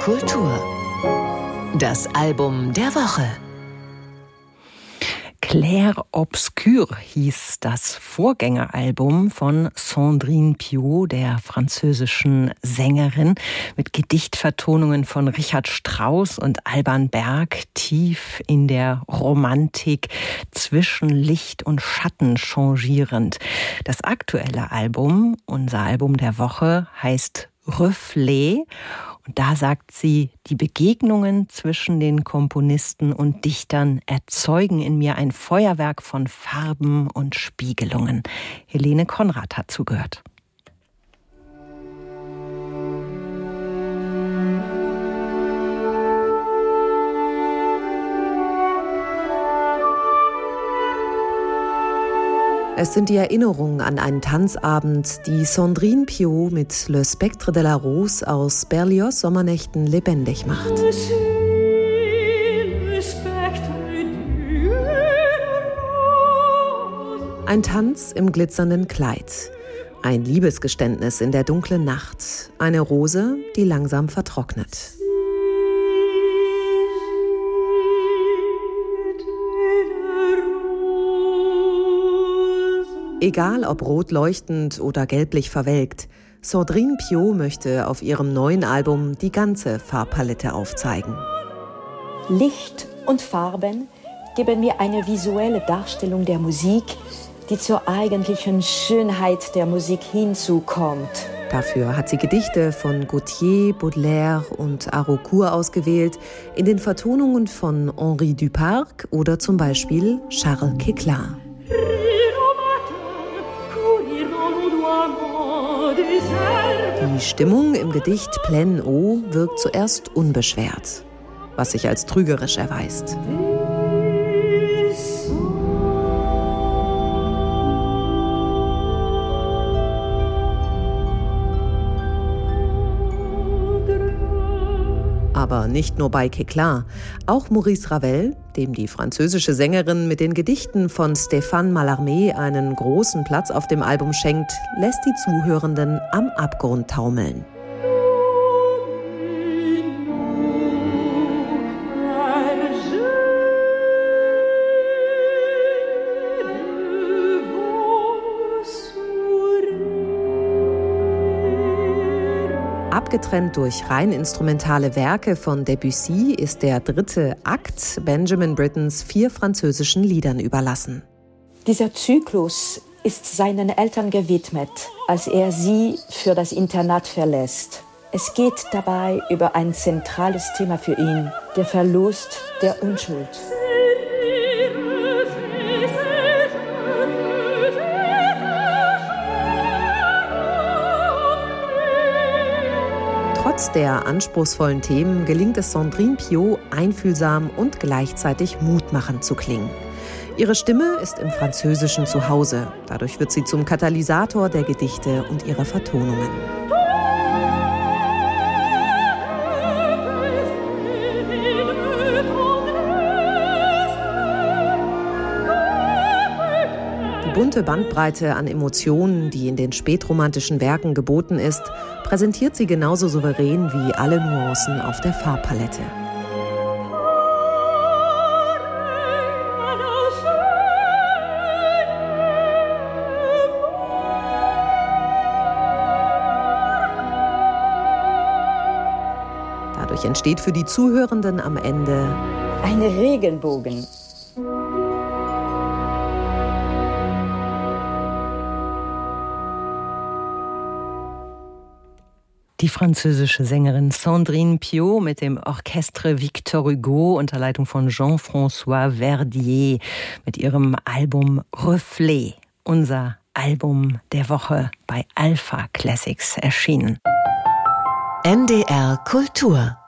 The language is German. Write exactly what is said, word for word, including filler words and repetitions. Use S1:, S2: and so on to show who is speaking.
S1: Kultur. Das Album der Woche.
S2: Clair Obscur hieß das Vorgängeralbum von Sandrine Piau, der französischen Sängerin, mit Gedichtvertonungen von Richard Strauss und Alban Berg, tief in der Romantik, zwischen Licht und Schatten changierend. Das aktuelle Album, unser Album der Woche, heißt Reflet. Und da sagt sie, die Begegnungen zwischen den Komponisten und Dichtern erzeugen in mir ein Feuerwerk von Farben und Spiegelungen. Helene Konrad hat zugehört.
S3: Es sind die Erinnerungen an einen Tanzabend, die Sandrine Piau mit Le Spectre de la Rose aus Berlioz' Sommernächten lebendig macht. Ein Tanz im glitzernden Kleid, ein Liebesgeständnis in der dunklen Nacht, eine Rose, die langsam vertrocknet. Egal ob rot leuchtend oder gelblich verwelkt, Sandrine Piau möchte auf ihrem neuen Album die ganze Farbpalette aufzeigen.
S4: Licht und Farben geben mir eine visuelle Darstellung der Musik, die zur eigentlichen Schönheit der Musik hinzukommt.
S3: Dafür hat sie Gedichte von Gautier, Baudelaire und Haraucourt ausgewählt, in den Vertonungen von Henri Duparc oder zum Beispiel Charles Queclin. Die Stimmung im Gedicht Pleine Eau wirkt zuerst unbeschwert, was sich als trügerisch erweist. Aber nicht nur bei Queclin. Auch Maurice Ravel, dem die französische Sängerin mit den Gedichten von Stéphane Mallarmé einen großen Platz auf dem Album schenkt, lässt die Zuhörenden am Abgrund taumeln. Abgetrennt durch rein instrumentale Werke von Debussy ist der dritte Akt Benjamin Brittens vier französischen Liedern überlassen.
S4: Dieser Zyklus ist seinen Eltern gewidmet, als er sie für das Internat verlässt. Es geht dabei über ein zentrales Thema für ihn, der Verlust der Unschuld.
S3: Trotz der anspruchsvollen Themen gelingt es Sandrine Piau, einfühlsam und gleichzeitig mutmachend zu klingen. Ihre Stimme ist im Französischen zu Hause. Dadurch wird sie zum Katalysator der Gedichte und ihrer Vertonungen. Die bunte Bandbreite an Emotionen, die in den spätromantischen Werken geboten ist, präsentiert sie genauso souverän wie alle Nuancen auf der Farbpalette. Dadurch entsteht für die Zuhörenden am Ende
S4: ein Regenbogen.
S2: Die französische Sängerin Sandrine Piau mit dem Orchestre Victor Hugo unter Leitung von Jean-François Verdier mit ihrem Album Reflet, unser Album der Woche bei Alpha Classics erschienen.
S1: N D R Kultur